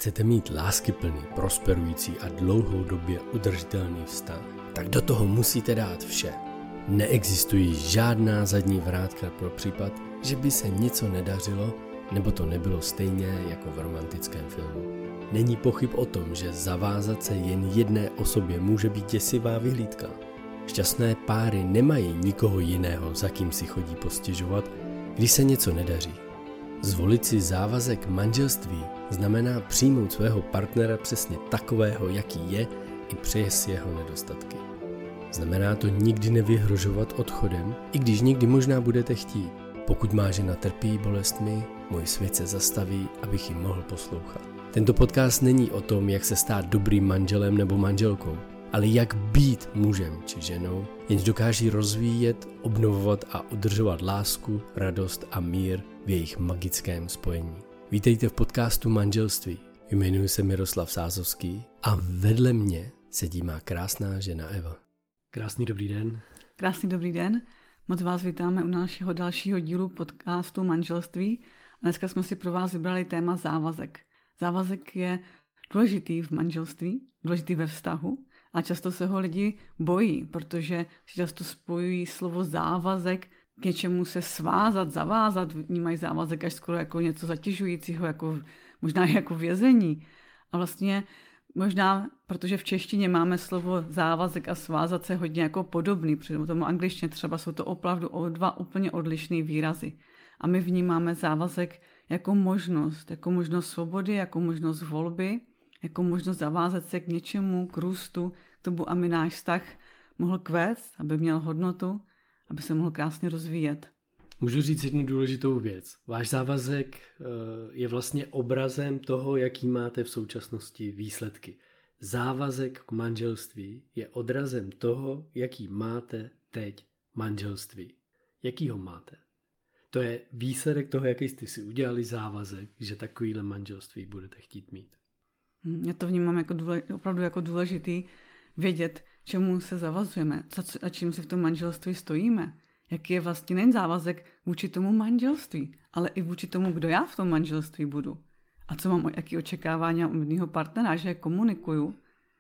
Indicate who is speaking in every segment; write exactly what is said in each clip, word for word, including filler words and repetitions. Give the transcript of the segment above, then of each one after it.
Speaker 1: Chcete mít láskyplný, prosperující a dlouhodobě udržitelný vztah, tak do toho musíte dát vše. Neexistují žádná zadní vrátka pro případ, že by se něco nedařilo, nebo to nebylo stejně jako v romantickém filmu. Není pochyb o tom, že zavázat se jen jedné osobě může být děsivá vyhlídka. Šťastné páry nemají nikoho jiného, za kým si chodí postěžovat, když se něco nedaří. Zvolit si závazek manželství znamená přijmout svého partnera přesně takového, jaký je, i přes jeho nedostatky. Znamená to nikdy nevyhrožovat odchodem, i když někdy možná budete chtít. Pokud má žena trpí bolestmi, můj svět se zastaví, abych ji mohl poslouchat. Tento podcast není o tom, jak se stát dobrým manželem nebo manželkou, ale jak být mužem či ženou, jenž dokáží rozvíjet, obnovovat a udržovat lásku, radost a mír v jejich magickém spojení. Vítejte v podcastu Manželství. Jmenuji se Miroslav Sázovský a vedle mě sedí má krásná žena Eva. Krásný dobrý den.
Speaker 2: Krásný dobrý den. Moc vás vítáme u našeho dalšího dílu podcastu Manželství. A dneska jsme si pro vás vybrali téma závazek. Závazek je důležitý v manželství, důležitý ve vztahu a často se ho lidi bojí, protože často spojují slovo závazek k něčemu se svázat, zavázat, vnímají závazek až skoro jako něco zatěžujícího, jako, možná jako vězení. A vlastně možná, protože v češtině máme slovo závazek a svázat se hodně jako podobný, protože tomu angličtině třeba jsou to opravdu o dva úplně odlišné výrazy. A my vnímáme závazek jako možnost, jako možnost svobody, jako možnost volby, jako možnost zavázat se k něčemu, k růstu, k tomu, aby náš vztah mohl kvést, aby měl hodnotu, aby se mohl krásně rozvíjet.
Speaker 1: Můžu říct jednu důležitou věc. Váš závazek je vlastně obrazem toho, jaký máte v současnosti výsledky. Závazek k manželství je odrazem toho, jaký máte teď manželství. Jaký ho máte? To je výsledek toho, jaký jste si udělali závazek, že takovýhle manželství budete chtít mít.
Speaker 2: Já to vnímám jako důležitý, opravdu jako důležitý vědět, čemu se zavazujeme a čím si v tom manželství stojíme. Jaký je vlastně nejen závazek vůči tomu manželství, ale i vůči tomu, kdo já v tom manželství budu. A co mám, jaký očekávání od mého partnera, že je komunikuju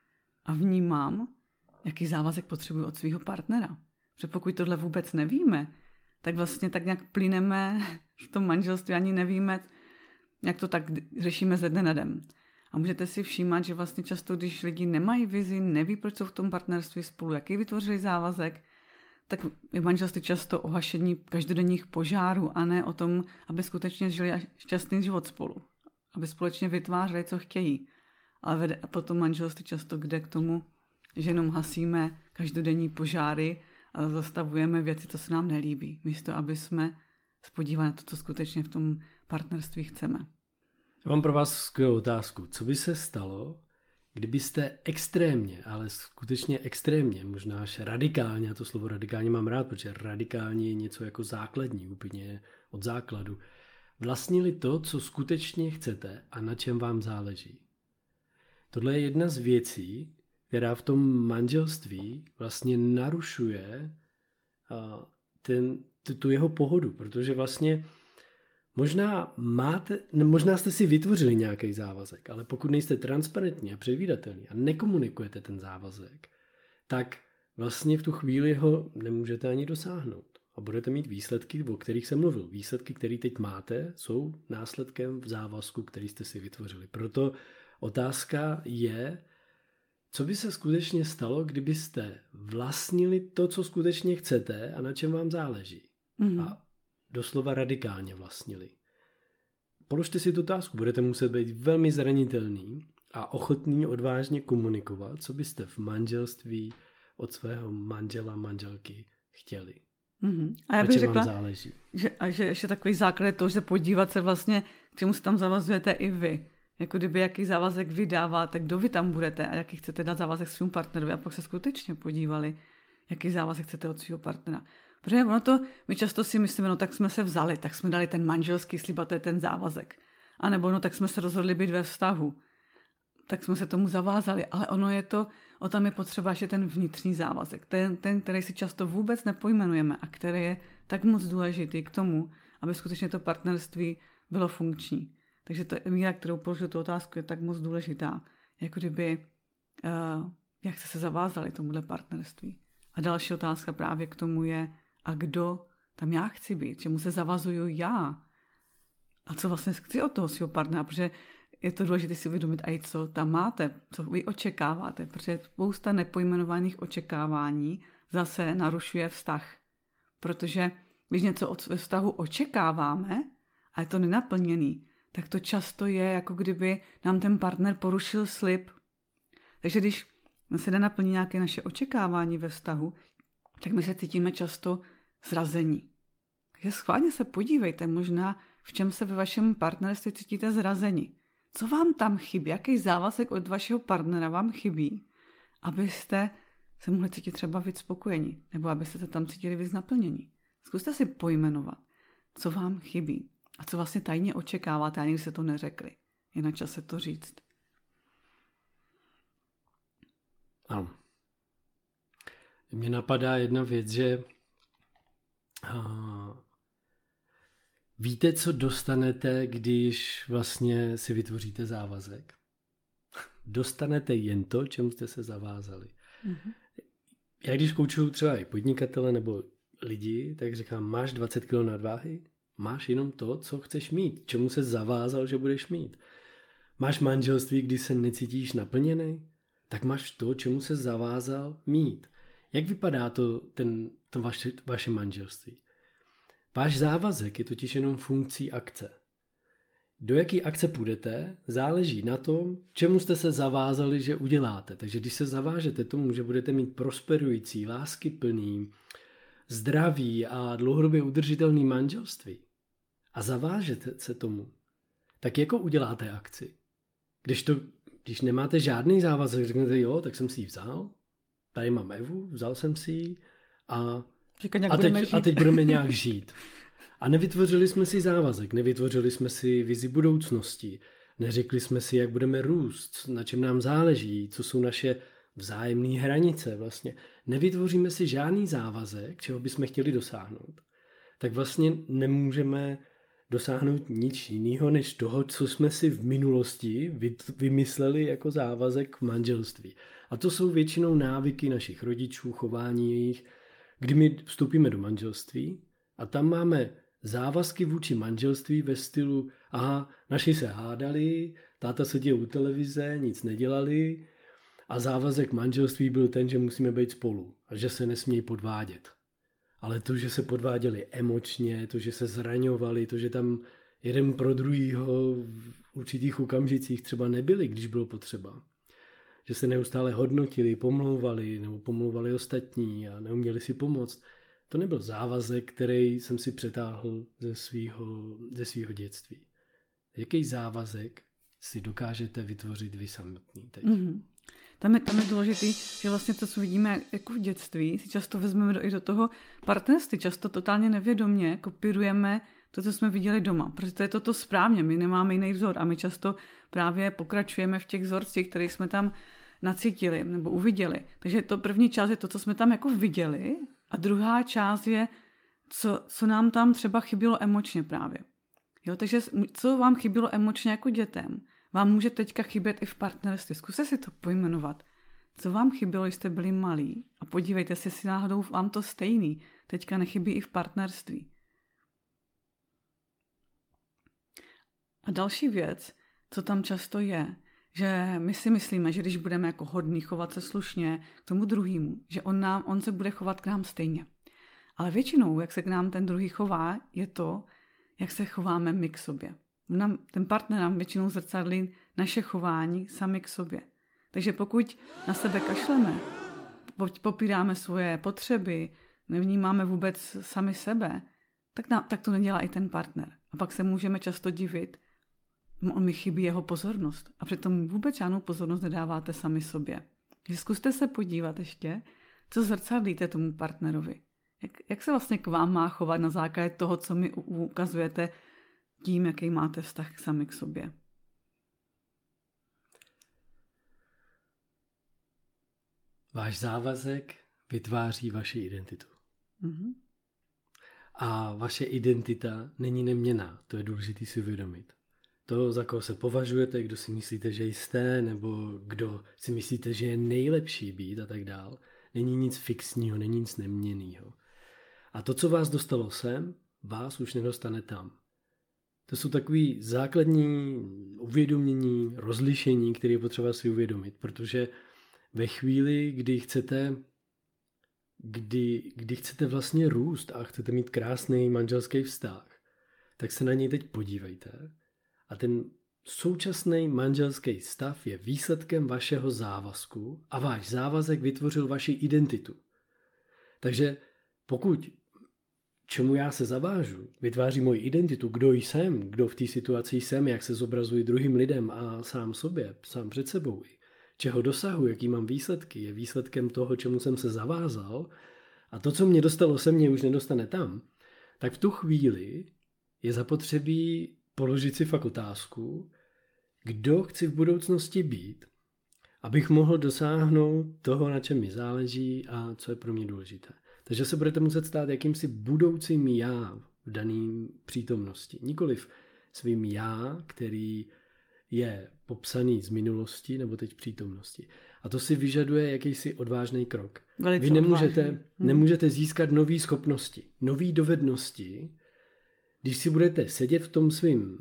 Speaker 2: a vnímám, jaký závazek potřebuji od svého partnera. Protože pokud tohle vůbec nevíme, tak vlastně tak nějak plyneme v tom manželství, ani nevíme, jak to tak řešíme ze dne na den. A můžete si všímat, že vlastně často, když lidi nemají vizi, neví, proč jsou v tom partnerství spolu, jaký vytvořili závazek, tak je manželství často o hašení každodenních požárů a ne o tom, aby skutečně žili šťastný život spolu. Aby společně vytvářeli, co chtějí. Ale vede, a potom manželství často jde k tomu, že jenom hasíme každodenní požáry a zastavujeme věci, co se nám nelíbí, místo aby jsme spodívali na to, co skutečně v tom partnerství chceme.
Speaker 1: Já mám pro vás skvělou otázku. Co by se stalo, kdybyste extrémně, ale skutečně extrémně, možná až radikálně, a to slovo radikálně mám rád, protože radikálně je něco jako základní, úplně od základu, vlastnili to, co skutečně chcete a na čem vám záleží. Tohle je jedna z věcí, která v tom manželství vlastně narušuje ten, tu jeho pohodu, protože vlastně Možná, máte, možná jste si vytvořili nějaký závazek, ale pokud nejste transparentní a předvídatelní a nekomunikujete ten závazek, tak vlastně v tu chvíli ho nemůžete ani dosáhnout. A budete mít výsledky, o kterých jsem mluvil. Výsledky, které teď máte, jsou následkem v závazku, který jste si vytvořili. Proto otázka je, co by se skutečně stalo, kdybyste vlastnili to, co skutečně chcete a na čem vám záleží. Mm. A doslova radikálně vlastnili. Položte si tu otázku, budete muset být velmi zranitelný a ochotný odvážně komunikovat, co byste v manželství od svého manžela, manželky chtěli.
Speaker 2: Mm-hmm. A já bych řekla, že, a že ještě takový základ je to, že podívat se vlastně, k čemu se tam zavazujete i vy. Jako kdyby jaký závazek vy dáváte, kdo vy tam budete a jaký chcete dát závazek svým partnerovi a pak se skutečně podívali, jaký závazek chcete od svého partnera. Protože ono to, my často si myslíme, no tak jsme se vzali, tak jsme dali ten manželský slib a to je ten závazek. A nebo no tak jsme se rozhodli být ve vztahu, tak jsme se tomu zavázali. Ale ono je to, o tam je potřeba, že ten vnitřní závazek, ten, ten, který si často vůbec nepojmenujeme a který je tak moc důležitý k tomu, aby skutečně to partnerství bylo funkční. Takže to míra, kterou položil tu otázku, je tak moc důležitá. Jako kdyby, uh, jak jste se zavázali tomuhle partnerství. A další otázka právě k tomu je, a kdo tam já chci být, čemu se zavazuju já. A co vlastně chci od toho svého partnera, protože je to důležité si uvědomit, i co tam máte, co vy očekáváte, protože spousta nepojmenovaných očekávání zase narušuje vztah. Protože když něco od vztahu očekáváme a je to nenaplněný, tak to často je, jako kdyby nám ten partner porušil slib. Takže když se nenaplní nějaké naše očekávání ve vztahu, tak my se cítíme často zrazení. Takže schválně se podívejte možná, v čem se ve vašem partnerství cítíte zrazení. Co vám tam chybí? Jaký závazek od vašeho partnera vám chybí, abyste se mohli cítit třeba víc spokojení, nebo abyste se tam cítili víc naplnění. Zkuste si pojmenovat, co vám chybí a co vlastně tajně očekáváte, ani když se to neřekli. Je na čase to říct.
Speaker 1: Ano. Mně napadá jedna věc, že uh, víte, co dostanete, když vlastně si vytvoříte závazek? Dostanete jen to, čemu jste se zavázali. Mm-hmm. Já když koučuju třeba i podnikatele nebo lidi, tak říkám, máš dvacet kilo nadváhy? Máš jenom to, co chceš mít, čemu se zavázal, že budeš mít. Máš manželství, kdy se necítíš naplněný? Tak máš to, čemu se zavázal mít. Jak vypadá to, ten, to vaše, vaše manželství? Váš závazek je totiž jenom funkcí akce. Do jaký akce půjdete, záleží na tom, čemu jste se zavázali, že uděláte. Takže když se zavážete tomu, že budete mít prosperující, láskyplný, zdravý a dlouhodobě udržitelný manželství a zavážete se tomu, tak jako uděláte akci? Když, to, když nemáte žádný závazek, řeknete jo, tak jsem si ji vzal, tady mám Evu, vzal jsem si ji a, a, teď, a teď budeme nějak žít. A nevytvořili jsme si závazek, nevytvořili jsme si vizi budoucnosti, neřekli jsme si, jak budeme růst, na čem nám záleží, co jsou naše vzájemné hranice vlastně. Nevytvoříme si žádný závazek, čeho bychom chtěli dosáhnout. Tak vlastně nemůžeme dosáhnout nic jiného, než toho, co jsme si v minulosti vymysleli jako závazek v manželství. A to jsou většinou návyky našich rodičů, chování jejich, kdy my vstoupíme do manželství a tam máme závazky vůči manželství ve stylu, aha, naši se hádali, táta seděl u televize, nic nedělali a závazek manželství byl ten, že musíme být spolu a že se nesmějí podvádět. Ale to, že se podváděli emočně, to, že se zraňovali, to, že tam jeden pro druhýho v určitých okamžicích třeba nebyli, když bylo potřeba. Že se neustále hodnotili, pomlouvali nebo pomlouvali ostatní a neuměli si pomoct. To nebyl závazek, který jsem si přetáhl ze svýho, ze svýho dětství. Jaký závazek si dokážete vytvořit vy samotný teď? Mm-hmm.
Speaker 2: Tam je, tam je důležitý, že vlastně to, co vidíme jako v dětství, si často vezmeme do, i do toho partnerství. Často totálně nevědomě kopírujeme to, co jsme viděli doma. Protože to je toto správně, my nemáme jiný vzor a my často právě pokračujeme v těch vzorcích, které jsme tam nacítili nebo uviděli. Takže to první část je to, co jsme tam jako viděli a druhá část je, co, co nám tam třeba chybělo emočně právě. Jo, takže co vám chybělo emočně jako dětem, vám může teďka chybět i v partnerství. Zkuste si to pojmenovat. Co vám chybělo, když jste byli malí a podívejte se, jestli náhodou vám to stejný teďka nechybí i v partnerství. A další věc, co tam často je, že my si myslíme, že když budeme jako hodní chovat se slušně k tomu druhému, že on, nám, on se bude chovat k nám stejně. Ale většinou, jak se k nám ten druhý chová, je to, jak se chováme my k sobě. Nám, ten partner nám většinou zrcadlí naše chování sami k sobě. Takže pokud na sebe kašleme, popíráme svoje potřeby, nevnímáme vůbec sami sebe, tak, na, tak to nedělá i ten partner. A pak se můžeme často divit, on mi chybí jeho pozornost. A přitom vůbec žádnou pozornost nedáváte sami sobě. Takže zkuste se podívat ještě, co zrcadlíte tomu partnerovi. Jak, jak se vlastně k vám má chovat na základě toho, co mi ukazujete tím, jaký máte vztah sami k sobě.
Speaker 1: Váš závazek vytváří vaši identitu. Mm-hmm. A vaše identita není neměnná, to je důležité si uvědomit. toho, za koho se považujete, kdo si myslíte, že jste, nebo kdo si myslíte, že je nejlepší být a tak dál. Není nic fixního, není nic neměnného. A to, co vás dostalo sem, vás už nedostane tam. To jsou takový základní uvědomění, rozlišení, které je potřeba si uvědomit, protože ve chvíli, kdy chcete, kdy, kdy chcete vlastně růst a chcete mít krásný manželský vztah, tak se na něj teď podívejte. A ten současný manželský stav je výsledkem vašeho závazku a váš závazek vytvořil vaši identitu. Takže pokud čemu já se zavážu, vytváří moji identitu, kdo jsem, kdo v té situaci jsem, jak se zobrazuji druhým lidem a sám sobě, sám před sebou, čeho dosahuji, jaký mám výsledky, je výsledkem toho, čemu jsem se zavázal a to, co mě dostalo se mě, už nedostane tam, tak v tu chvíli je zapotřebí položit si fakt otázku, kdo chci v budoucnosti být, abych mohl dosáhnout toho, na čem mi záleží a co je pro mě důležité. Takže se budete muset stát jakýmsi budoucím já v daném přítomnosti. Nikoliv svým já, který je popsaný z minulosti nebo teď přítomnosti. A to si vyžaduje jakýsi odvážný krok.
Speaker 2: Velice
Speaker 1: Vy nemůžete,
Speaker 2: odvážný.
Speaker 1: nemůžete získat nové schopnosti, nové dovednosti, když si budete sedět v tom svým,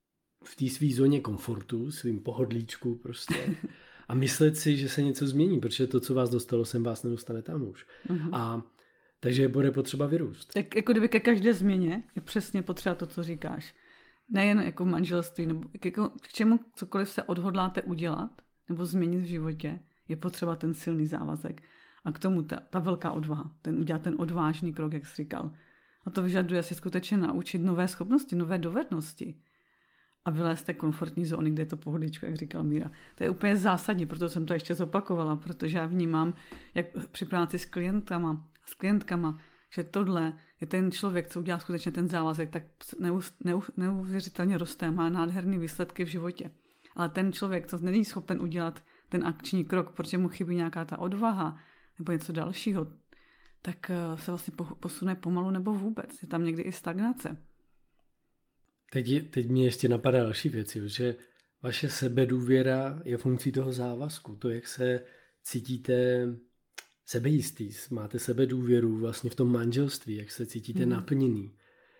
Speaker 1: v té své zóně komfortu, svým pohodlíčku prostě a myslet si, že se něco změní, protože to, co vás dostalo sem, vás nedostane tam už. Uh-huh. A takže bude potřeba vyrůst.
Speaker 2: Tak jako kdyby ke každé změně je přesně potřeba to, co říkáš. Nejen jako manželství, nebo jako k čemu cokoliv se odhodláte udělat nebo změnit v životě, je potřeba ten silný závazek. A k tomu ta, ta velká odvaha, ten udělat ten odvážný krok, jak jsi říkal. A to vyžaduje si skutečně naučit nové schopnosti, nové dovednosti. A vylézt z té komfortní zóny, kde je to pohodičko, jak říkal Míra. To je úplně zásadní, proto jsem to ještě zopakovala, protože já vnímám, jak při práci s klientama, s klientkama, že tohle je ten člověk, co udělá skutečně ten závazek, tak neuvěřitelně roste, má nádherné výsledky v životě. Ale ten člověk, co není schopen udělat ten akční krok, protože mu chybí nějaká ta odvaha nebo něco dalšího, tak se vlastně posune pomalu nebo vůbec. Je tam někdy i stagnace.
Speaker 1: Teď, je, teď mě ještě napadá další věci, že vaše sebedůvěra je funkcí toho závazku. To, jak se cítíte sebejistý, máte sebedůvěru vlastně v tom manželství, jak se cítíte hmm. naplněný,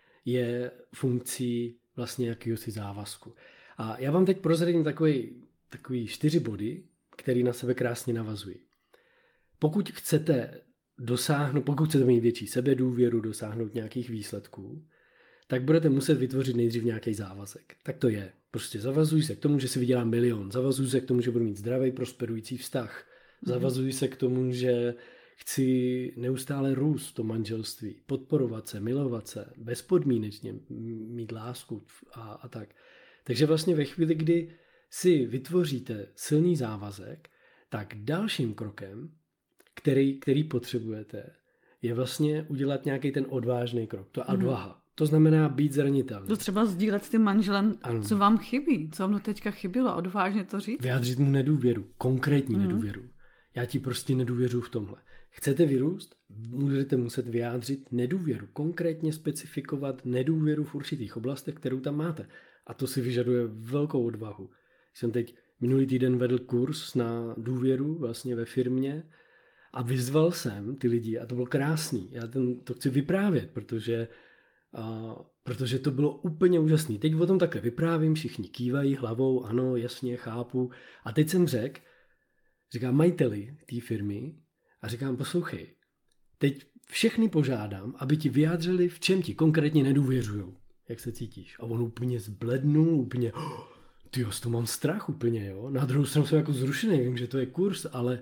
Speaker 1: je funkcí vlastně jakýhosi závazku. A já vám teď prozradím takový, takový čtyři body, které na sebe krásně navazují. Pokud chcete dosáhnout, pokud chcete mít větší sebedůvěru, dosáhnout nějakých výsledků, tak budete muset vytvořit nejdřív nějaký závazek. Tak to je. Prostě zavazuj se k tomu, že si vydělám milion. Zavazuj se k tomu, že budu mít zdravý, prosperující vztah. Zavazuj se k tomu, že chci neustále růst v tom manželství, podporovat se, milovat se, bezpodmínečně mít lásku a, a tak. Takže vlastně ve chvíli, kdy si vytvoříte silný závazek, tak dalším krokem, který, který potřebujete, je vlastně udělat nějaký ten odvážný krok. To odvaha. Mm. To znamená být zranitelný.
Speaker 2: To třeba sdílet s tím manželem, ano. Co vám chybí, co vám to teďka chybilo, odvážně to říct.
Speaker 1: Vyjádřit mu nedůvěru, konkrétní mm. nedůvěru. Já ti prostě nedůvěřuji v tomhle. Chcete vyrůst? Můžete muset vyjádřit nedůvěru, konkrétně specifikovat nedůvěru v určitých oblastech, kterou tam máte. A to si vyžaduje velkou odvahu. Jsem teď minulý týden vedl kurz na důvěru vlastně ve firmě a vyzval jsem ty lidi a to bylo krásný. Já ten, to chci vyprávět, protože A, protože to bylo úplně úžasný. Teď o tom takhle vyprávím, všichni kývají hlavou, ano, jasně, chápu. A teď jsem řekl, říkám majiteli té firmy a říkám, poslouchej, teď všechny požádám, aby ti vyjádřili, v čem ti konkrétně nedůvěřujou. Jak se cítíš? A on úplně zblednul, úplně, oh, tyjo, z toho mám strach úplně, jo. Na druhou stranu jsem jako zrušený, vím, že to je kurz, ale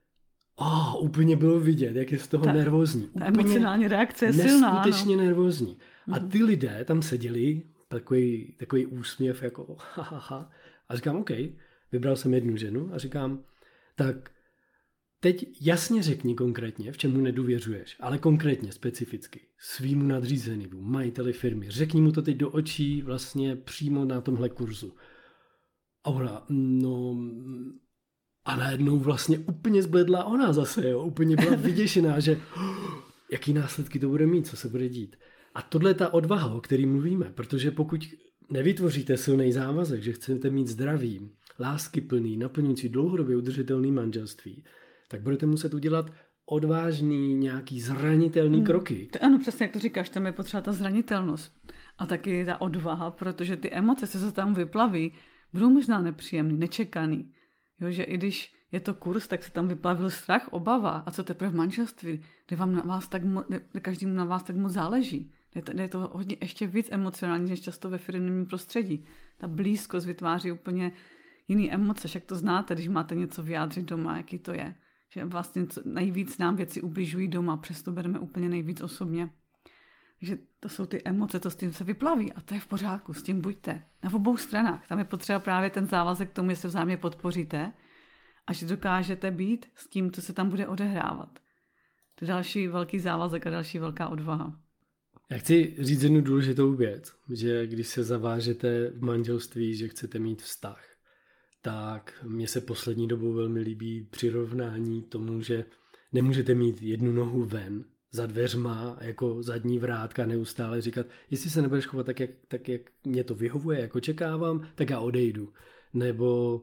Speaker 1: oh, úplně bylo vidět, jak je z toho ta, nervózní.
Speaker 2: Ta emocionální reakce je silná.
Speaker 1: Neskutečně nervózní. A ty lidé tam seděli, takový, takový úsměv, jako ha, ha, ha. A říkám, OK, vybral jsem jednu ženu a říkám, tak teď jasně řekni konkrétně, v čemu nedůvěřuješ, ale konkrétně, specificky, svýmu nadřízenému, majiteli firmy. Řekni mu to teď do očí vlastně přímo na tomhle kurzu. A ona, no... A najednou vlastně úplně zbledla ona zase, jo? Úplně byla vyděšená, že oh, jaký následky to bude mít, co se bude dít. A tohle je ta odvaha, o který mluvíme, protože pokud nevytvoříte silný závazek, že chcete mít zdravý, láskyplný, naplňující, dlouhodobě udržitelný manželství, tak budete muset udělat odvážný, nějaký zranitelný hmm. kroky.
Speaker 2: Ano, přesně jak to říkáš, tam je potřeba ta zranitelnost a taky ta odvaha, protože ty emoce, co se tam vyplaví, budou možná nepříjemný, nečekaný. Jo, že i když je to kurz, tak se tam vyplavil strach, obava. A co teprve v manželství, kde vám na vás tak mo- kde každému na vás tak moc záleží. Je to, je to hodně ještě víc emocionální, než často ve firmním prostředí. Ta blízkost vytváří úplně jiný emoce, však to znáte, když máte něco vyjádřit doma, jaký to je. Že vlastně nejvíc nám věci ubližují doma, přesto bereme úplně nejvíc osobně. Takže to jsou ty emoce, to s tím se vyplaví a to je v pořádku, s tím buďte. Na obou stranách. Tam je potřeba právě ten závazek k tomu, jestli vzájemně podpoříte a že dokážete být s tím, co se tam bude odehrávat. To je další velký závazek a další velká odvaha.
Speaker 1: Já chci říct jednu důležitou věc, že když se zavážete v manželství, že chcete mít vztah, tak mně se poslední dobou velmi líbí přirovnání tomu, že nemůžete mít jednu nohu ven za dveřma, jako zadní vrátka, neustále říkat, jestli se nebudeš chovat tak, jak, tak, jak mě to vyhovuje, jak očekávám, tak já odejdu. Nebo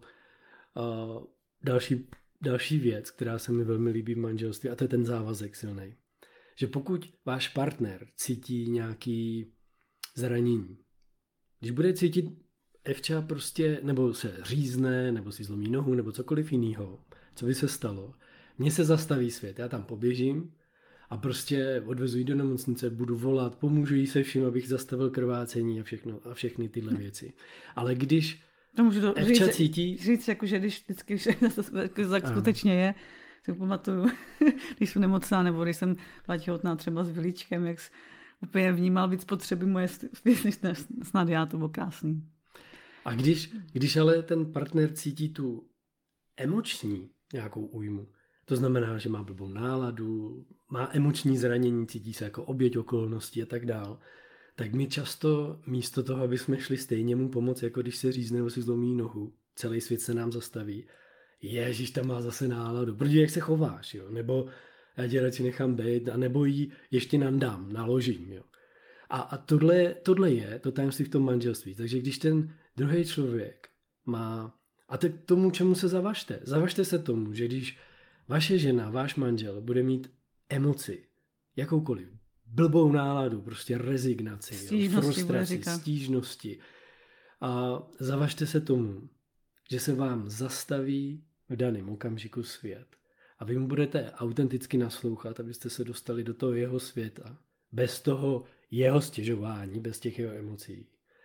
Speaker 1: uh, další, další věc, která se mi velmi líbí v manželství, a to je ten závazek silný. Že pokud váš partner cítí nějaký zranění, když bude cítit Evča prostě, nebo se řízne, nebo si zlomí nohu, nebo cokoliv jiného, co by se stalo, mně se zastaví svět, já tam poběžím a prostě odvezu jí do nemocnice, budu volat, pomůžu jí se vším, abych zastavil krvácení a, všechno, a všechny tyhle věci. Ale když
Speaker 2: to můžu to
Speaker 1: Evča
Speaker 2: říct,
Speaker 1: cítí...
Speaker 2: Říct, jako, že když vždycky, tak skutečně je, si pamatuju, když jsem nemocná, nebo když jsem byla těhotná třeba s Vilíčkem, jak úplně vnímal víc potřeby moje než snad já, to bylo krásný.
Speaker 1: A když, když ale ten partner cítí tu emoční nějakou újmu, to znamená, že má blbou náladu, má emoční zranění, cítí se jako oběť okolností a tak dál, tak my často místo toho, aby jsme šli stejně mu pomoct, jako když se řízne nebo si zlomí nohu, celý svět se nám zastaví. Ježíš, tam má zase náladu, protože jak se chováš, jo? Nebo já tě radši nechám být, a nebo jí ještě nandám, naložím. Jo? A, a tohle, tohle je to tajemství v tom manželství. Takže když ten druhý člověk má... A teď tomu, čemu se zavažte. Zavažte se tomu, že když vaše žena, váš manžel bude mít emoci, jakoukoliv, blbou náladu, prostě rezignaci,
Speaker 2: stížnosti,
Speaker 1: frustraci, stížnosti. A zavažte se tomu, že se vám zastaví v daném okamžiku svět. A vy mu budete autenticky naslouchat, abyste se dostali do toho jeho světa. Bez toho jeho stěžování, bez těch jeho emocí.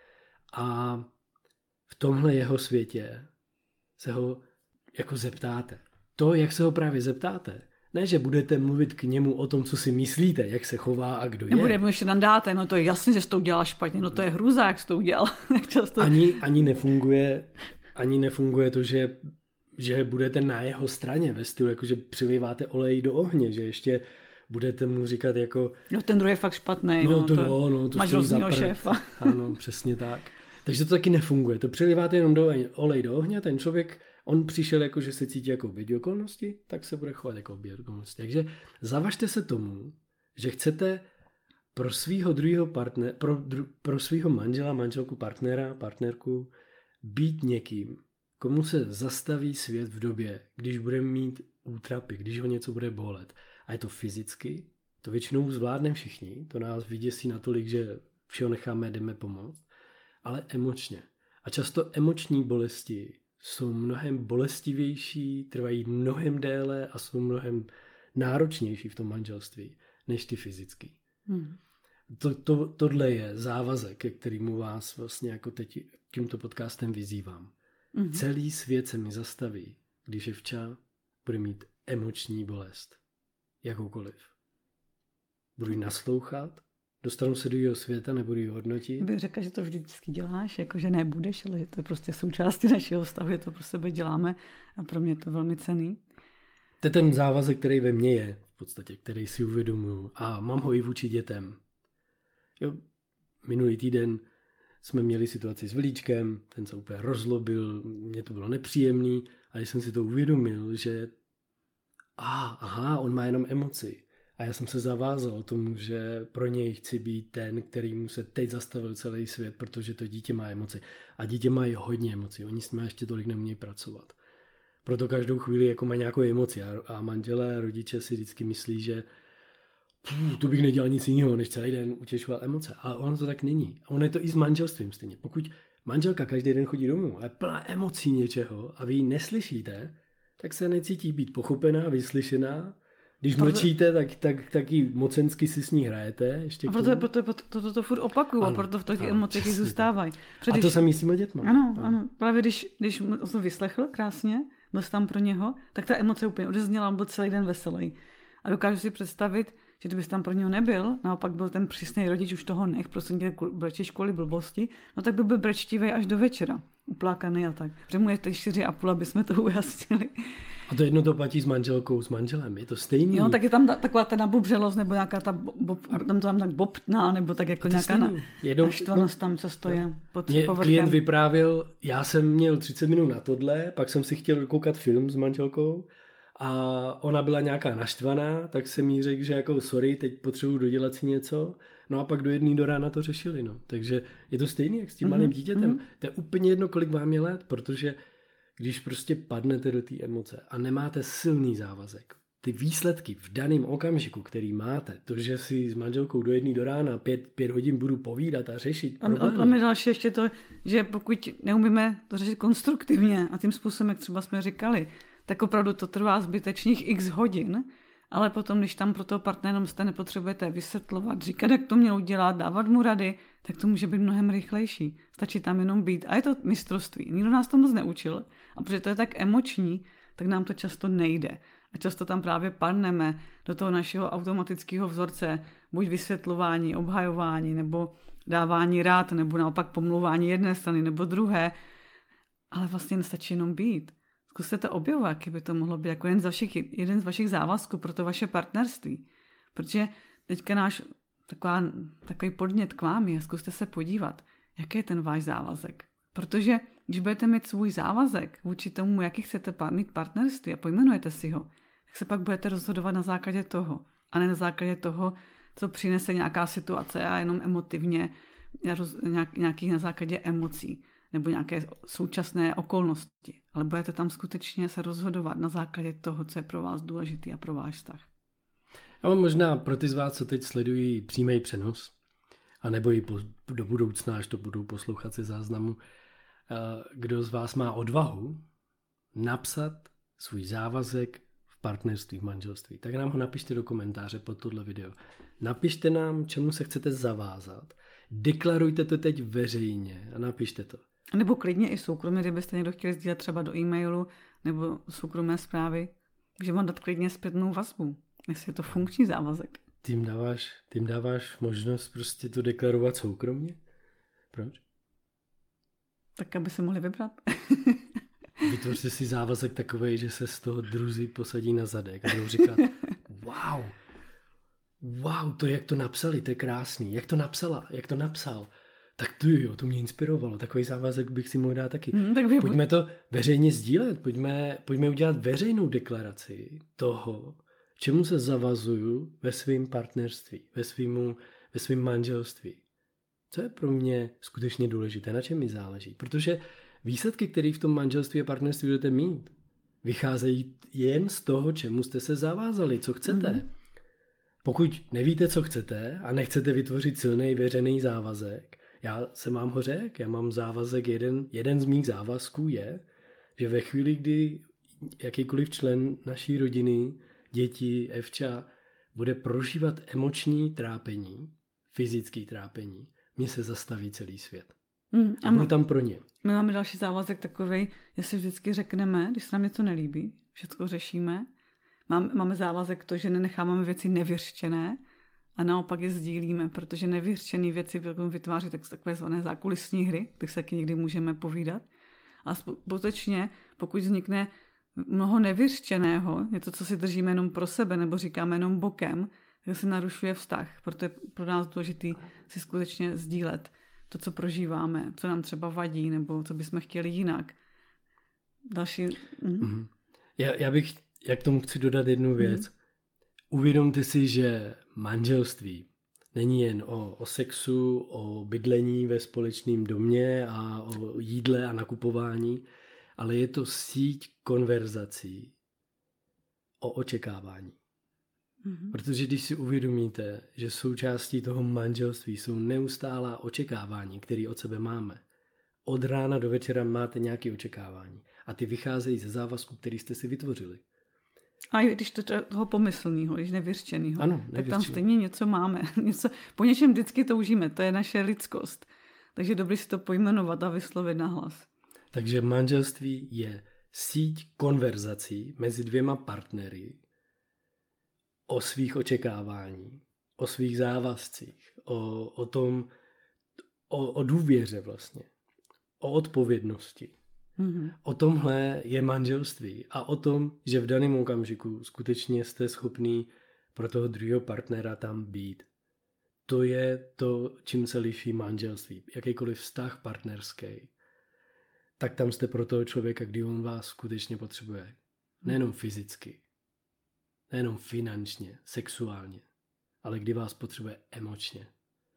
Speaker 1: A v tomhle jeho světě se ho jako zeptáte. To, jak se ho právě zeptáte, ne, že budete mluvit k němu o tom, co si myslíte, jak se chová a kdo je.
Speaker 2: Nebude mu ještě nadáte, no to je jasně, že jsi to udělala špatně, no to je hrůza, jak jsi to udělal. Často...
Speaker 1: Ani, ani nefunguje, ani nefunguje to, že, že budete na jeho straně ve stylu, jako že přiléváte olej do ohně, že ještě budete mu říkat jako...
Speaker 2: No ten druhý je fakt špatný.
Speaker 1: No,
Speaker 2: no
Speaker 1: to, no, no, to
Speaker 2: máš různýho šéfa.
Speaker 1: Ano, přesně tak. Takže to taky nefunguje. To přiléváte jenom do, olej do ohně, ten člověk, on přišel jako, že se cítí jako oběť okolnosti, tak se bude chovat jako oběť okolnosti. Takže zavažte se tomu, že chcete pro svýho druhého partnera, pro, dru, pro svýho manžela, manželku, partnera, partnerku být někým, komu se zastaví svět v době, když bude mít útrapy, když ho něco bude bolet. A je to fyzicky, to většinou zvládneme všichni, to nás vyděsí natolik, že všeho necháme, jdeme pomoct, ale emočně. A často emoční bolesti jsou mnohem bolestivější, trvají mnohem déle a jsou mnohem náročnější v tom manželství, než ty fyzický. Hmm. To, to, tohle je závazek, ke kterému vás vlastně jako teď tímto podcastem vyzývám. Hmm. Celý svět se mi zastaví, když Evča bude mít emoční bolest. Jakoukoliv. Budu jí naslouchat, dostanu se do jeho světa, nebudu ji hodnotit.
Speaker 2: Bych řekla, že to vždycky děláš, jako že nebudeš, ale že to je prostě součástí našeho vztahu, že to pro sebe děláme a pro mě je to velmi cenný.
Speaker 1: To je ten závazek, který ve mně je, v podstatě, který si uvědomuju a mám ho i vůči dětem. Jo, minulý týden jsme měli situaci s Vilíčkem, ten se úplně rozlobil, mně to bylo nepříjemný a když jsem si to uvědomil, že ah, aha, on má jenom emoci A já jsem se zavázal tomu, že pro něj chci být ten, který mu se teď zastavil celý svět, protože to dítě má emoci. A dítě má i hodně emocí, oni s nimi ještě tolik neumějí pracovat. Proto každou chvíli jako má nějakou emoci a manželé a rodiče si vždycky myslí, že pů, tu bych nedělal nic jiného, než celý den utěšoval emoce. Ale ono to tak není. A ono je to i s manželstvím stejně. Pokud manželka každý den chodí domů a je plná emocí něčeho a vy ji neslyšíte, tak se necítí být pochopená, vyslyšená. Když proto... mlčíte, tak, tak taky mocensky si s ní hrajete. Ještě
Speaker 2: a proto, proto, proto to, to, to furt opakuju a proto v těch emocích zůstávají.
Speaker 1: A když... to samý s těma dětma.
Speaker 2: Ano, ano, ano. Právě když, když to vyslechl krásně, byl tam pro něho, tak ta emoce úplně odezněla, on byl celý den veselý. A dokážu si představit, že kdybys tam pro něho nebyl, naopak byl ten přísný rodič, už toho nech, prostě tě brečíš kvůli blbosti, no tak by byl brečtivý až do večera, uplákaný a tak. Protože mu je teď čtyři a půl, aby jsme to ujasnili.
Speaker 1: A to jedno to platí s manželkou, s manželem, je to stejný.
Speaker 2: Jo, tak je tam ta, taková ta nabubřelost, nebo nějaká ta, bob, tam to tam tak bobtná, nebo tak jako nějaká na, Jednou, naštvanost tam často je pod povrchem.
Speaker 1: Klient vyprávěl, já jsem měl třicet minut na tohle, pak jsem si chtěl koukat film s manželkou a ona byla nějaká naštvaná, tak jsem jí řekl, že jako sorry, teď potřebuji dodělat si něco. No a pak do jedné do rána to řešili, no. Takže je to stejný, jak s tím mm-hmm. malým dítětem. Mm-hmm. To je úplně jedno, kolik vám je let, protože když prostě padnete do té emoce a nemáte silný závazek, ty výsledky v daném okamžiku, který máte, to, že si s manželkou do jedné do rána pět, pět hodin budu povídat a řešit problémy.
Speaker 2: A my další ještě to, že pokud neumíme to řešit konstruktivně a tím způsobem, jak třeba jsme říkali, tak opravdu to trvá zbytečných x hodin, ale potom, když tam pro toho partnera jste nepotřebujete vysvětlovat, říkat, jak to měl udělat, dávat mu rady, tak to může být mnohem rychlejší. Stačí tam jenom být. A je to mistrovství. Nikdo nás to moc neučil. A protože to je tak emoční, tak nám to často nejde. A často tam právě padneme do toho našeho automatického vzorce, buď vysvětlování, obhajování, nebo dávání rád, nebo naopak pomlouvání jedné strany, nebo druhé. Ale vlastně nestačí jenom být. Zkuste to objevovat, jaký by to mohlo být jako jeden z vašich, jeden z vašich závazků pro to vaše partnerství. Protože teďka náš taková, takový podnět k vám je, zkuste se podívat, jaký je ten váš závazek. Protože když budete mít svůj závazek vůči tomu, jaký chcete mít partnerství a pojmenujete si ho, tak se pak budete rozhodovat na základě toho. A ne na základě toho, co přinese nějaká situace a jenom emotivně, nějakých na základě emocí nebo nějaké současné okolnosti. Ale budete tam skutečně se rozhodovat na základě toho, co je pro vás důležitý a pro váš vztah.
Speaker 1: Ale možná pro ty z vás, co teď sledují přímý přenos, a nebo i po, do budoucna, až to budou poslouchat ze záznamu, kdo z vás má odvahu napsat svůj závazek v partnerství, v manželství, tak nám ho napište do komentáře pod tohle video. Napište nám, čemu se chcete zavázat. Deklarujte to teď veřejně a napište to.
Speaker 2: Nebo klidně i soukromně, kdybyste někdo chtěli sdílet třeba do e-mailu nebo soukromé zprávy, že vám dát klidně zpětnou vazbu, jestli je to funkční závazek.
Speaker 1: Tím dáváš, tím dáváš možnost prostě to deklarovat soukromně? Proč?
Speaker 2: Tak, aby se mohli vybrat.
Speaker 1: Vytvořte si závazek takovej, že se z toho druzí posadí na zadek a budou říkat wow, wow, to jak to napsali, to je krásný, jak to napsala, jak to napsal. Tak to jo, to mě inspirovalo, takový závazek bych si mohl dát taky. Hmm, tak vy... Pojďme to veřejně sdílet, pojďme, pojďme udělat veřejnou deklaraci toho, čemu se zavazuju ve svém partnerství, ve svým ve svým manželství. Co je pro mě skutečně důležité, na čem mi záleží. Protože výsledky, které v tom manželství a partnerství budete mít, vycházejí jen z toho, čemu jste se zavázali, co chcete. Mm-hmm. Pokud nevíte, co chcete a nechcete vytvořit silný veřejný závazek, já jsem vám ho řekl, já mám závazek, jeden, jeden z mých závazků je, že ve chvíli, kdy jakýkoliv člen naší rodiny, děti, Evča, bude prožívat emoční trápení, fyzické trápení, mně se zastaví celý svět. Mm, a budu tam pro ně.
Speaker 2: My máme další závazek takovej, jestli vždycky řekneme, když se nám něco nelíbí, všechno řešíme. Máme, máme závazek to, že nenecháváme věci nevyřčené a naopak je sdílíme, protože nevyřčené věci vytváří takové zvané zákulisní hry, tak se taky někdy můžeme povídat. A skutečně, pokud vznikne mnoho nevyřčeného, něco, co si držíme jenom pro sebe nebo říkáme jenom bokem, tak se narušuje vztah. Proto je pro nás důležité si skutečně sdílet to, co prožíváme, co nám třeba vadí, nebo co bychom chtěli jinak. Další... Mhm.
Speaker 1: Já, já bych, jak tomu chci dodat jednu věc. Mhm. uvědomte si, že manželství není jen o, o sexu, o bydlení ve společném domě a o jídle a nakupování, ale je to síť konverzací o očekávání. Mm-hmm. Protože když si uvědomíte, že součástí toho manželství jsou neustálá očekávání, které od sebe máme, od rána do večera máte nějaké očekávání a ty vycházejí ze závazku, který jste si vytvořili.
Speaker 2: A i když to toho pomyslného, když nevyřčenýho,
Speaker 1: ano,
Speaker 2: tak
Speaker 1: nevyřčený.
Speaker 2: Tam stejně něco máme. Něco, po něčem vždycky toužíme, to je naše lidskost. Takže dobrý si to pojmenovat a vyslovit nahlas.
Speaker 1: Takže manželství je síť konverzací mezi dvěma partnery o svých očekávání, o svých závazcích, o, o tom, o, o důvěře vlastně, o odpovědnosti. Mm-hmm. O tomhle je manželství a o tom, že v daném okamžiku skutečně jste schopný pro toho druhého partnera tam být. To je to, čím se liší manželství. Jakýkoliv vztah partnerský, tak tam jste pro toho člověka, kdy on vás skutečně potřebuje. Nejenom fyzicky, nejenom finančně, sexuálně, ale kdy vás potřebuje emočně.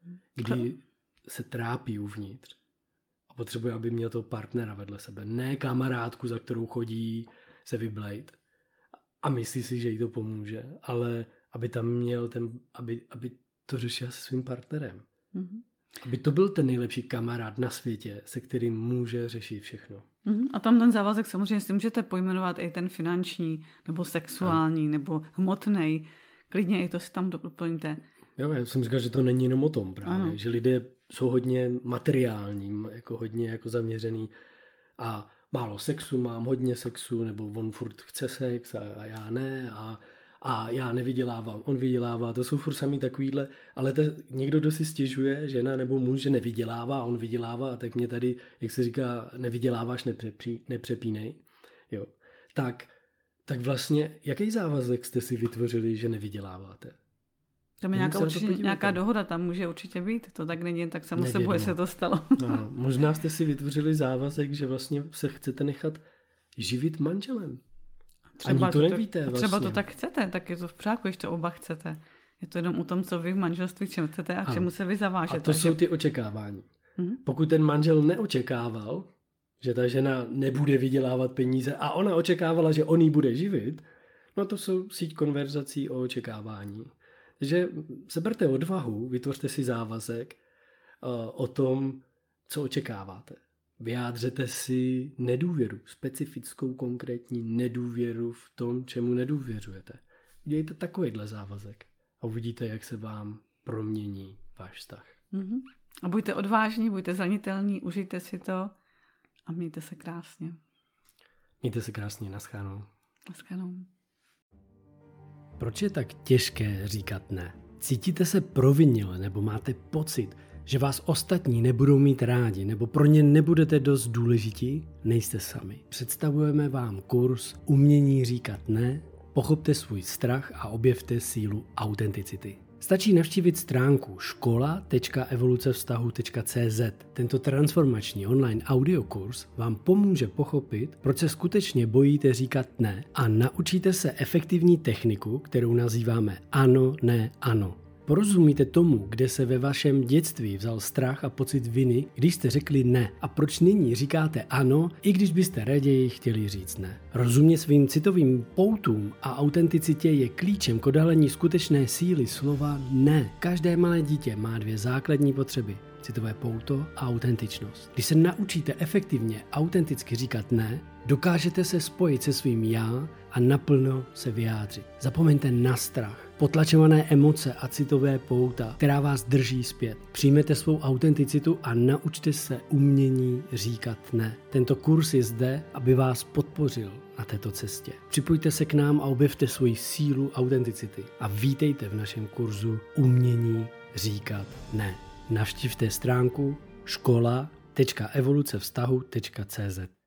Speaker 1: Kdy se trápí uvnitř. Potřebuje, aby měl toho partnera vedle sebe. Ne kamarádku, za kterou chodí se vyblejt a myslí si, že jí to pomůže, ale aby tam měl ten, aby, aby to řešil se svým partnerem. Mm-hmm. Aby to byl ten nejlepší kamarád na světě, se kterým může řešit všechno.
Speaker 2: Mm-hmm. A tam ten závazek samozřejmě si můžete pojmenovat i ten finanční, nebo sexuální, a. nebo hmotnej. Klidně i to si tam doplňte.
Speaker 1: Jo, já jsem říkal, že to není jenom o tom právě, ano. Že lidé jsou hodně materiální, jako hodně jako zaměřený a málo sexu, mám hodně sexu, nebo on furt chce sex a, a já ne a, a já nevydělávám, on vydělává, to jsou furt samý takovýhle, ale te, někdo, kdo si stěžuje, žena nebo muž, že nevydělává a on vydělává, tak mě tady, jak se říká, nevyděláváš, nepřepí, nepřepínej, jo, tak, tak vlastně, jaký závazek jste si vytvořili, že nevyděláváte?
Speaker 2: Tam je nějaká, určitě, nějaká dohoda, tam může určitě být. To tak není, tak samo sebou se to stalo.
Speaker 1: No, možná jste si vytvořili závazek, že vlastně se chcete nechat živit manželem. Třeba Ani to nevíte.
Speaker 2: To,
Speaker 1: vlastně.
Speaker 2: Třeba to tak chcete, tak je to v pořádku, když to oba chcete. Je to jenom o tom, co vy v manželství čem chcete a k čemu se vy zavážete.
Speaker 1: A to takže... jsou ty očekávání. Hmm? Pokud ten manžel neočekával, že ta žena nebude vydělávat peníze a ona očekávala, že on jí bude živit, no to jsou síť konverzací o očekávání. Takže seberte odvahu, vytvořte si závazek uh, o tom, co očekáváte. Vyjádřete si nedůvěru, specifickou konkrétní nedůvěru v tom, čemu nedůvěřujete. Udělejte takovýhle závazek a uvidíte, jak se vám promění váš vztah.
Speaker 2: Mm-hmm. A buďte odvážní, buďte zranitelní, užijte si to a mějte se krásně.
Speaker 1: Mějte se krásně, naschledanou.
Speaker 2: Naschledanou.
Speaker 1: Proč je tak těžké říkat ne? Cítíte se provinile nebo máte pocit, že vás ostatní nebudou mít rádi nebo pro ně nebudete dost důležití? Nejste sami. Představujeme vám kurz Umění říkat ne, pochopte svůj strach a objevte sílu autenticity. Stačí navštívit stránku škola tečka evoluce vztahu tečka cé zet. Tento transformační online audiokurs vám pomůže pochopit, proč se skutečně bojíte říkat ne a naučíte se efektivní techniku, kterou nazýváme ano, ne, ano. Porozumíte tomu, kde se ve vašem dětství vzal strach a pocit viny, když jste řekli ne a proč nyní říkáte ano, i když byste raději chtěli říct ne. Rozumět svým citovým poutům a autenticitě je klíčem k odhalení skutečné síly slova ne. Každé malé dítě má dvě základní potřeby. Citové pouto a autentičnost. Když se naučíte efektivně autenticky říkat ne, dokážete se spojit se svým já a naplno se vyjádřit. Zapomeňte na strach, potlačované emoce a citové pouta, která vás drží zpět. Přijměte svou autenticitu a naučte se umění říkat ne. Tento kurz je zde, aby vás podpořil na této cestě. Připojte se k nám a objevte svoji sílu autenticity a vítejte v našem kurzu Umění říkat ne. Navštivte stránku škola tečka evoluce vztahu tečka cé zet.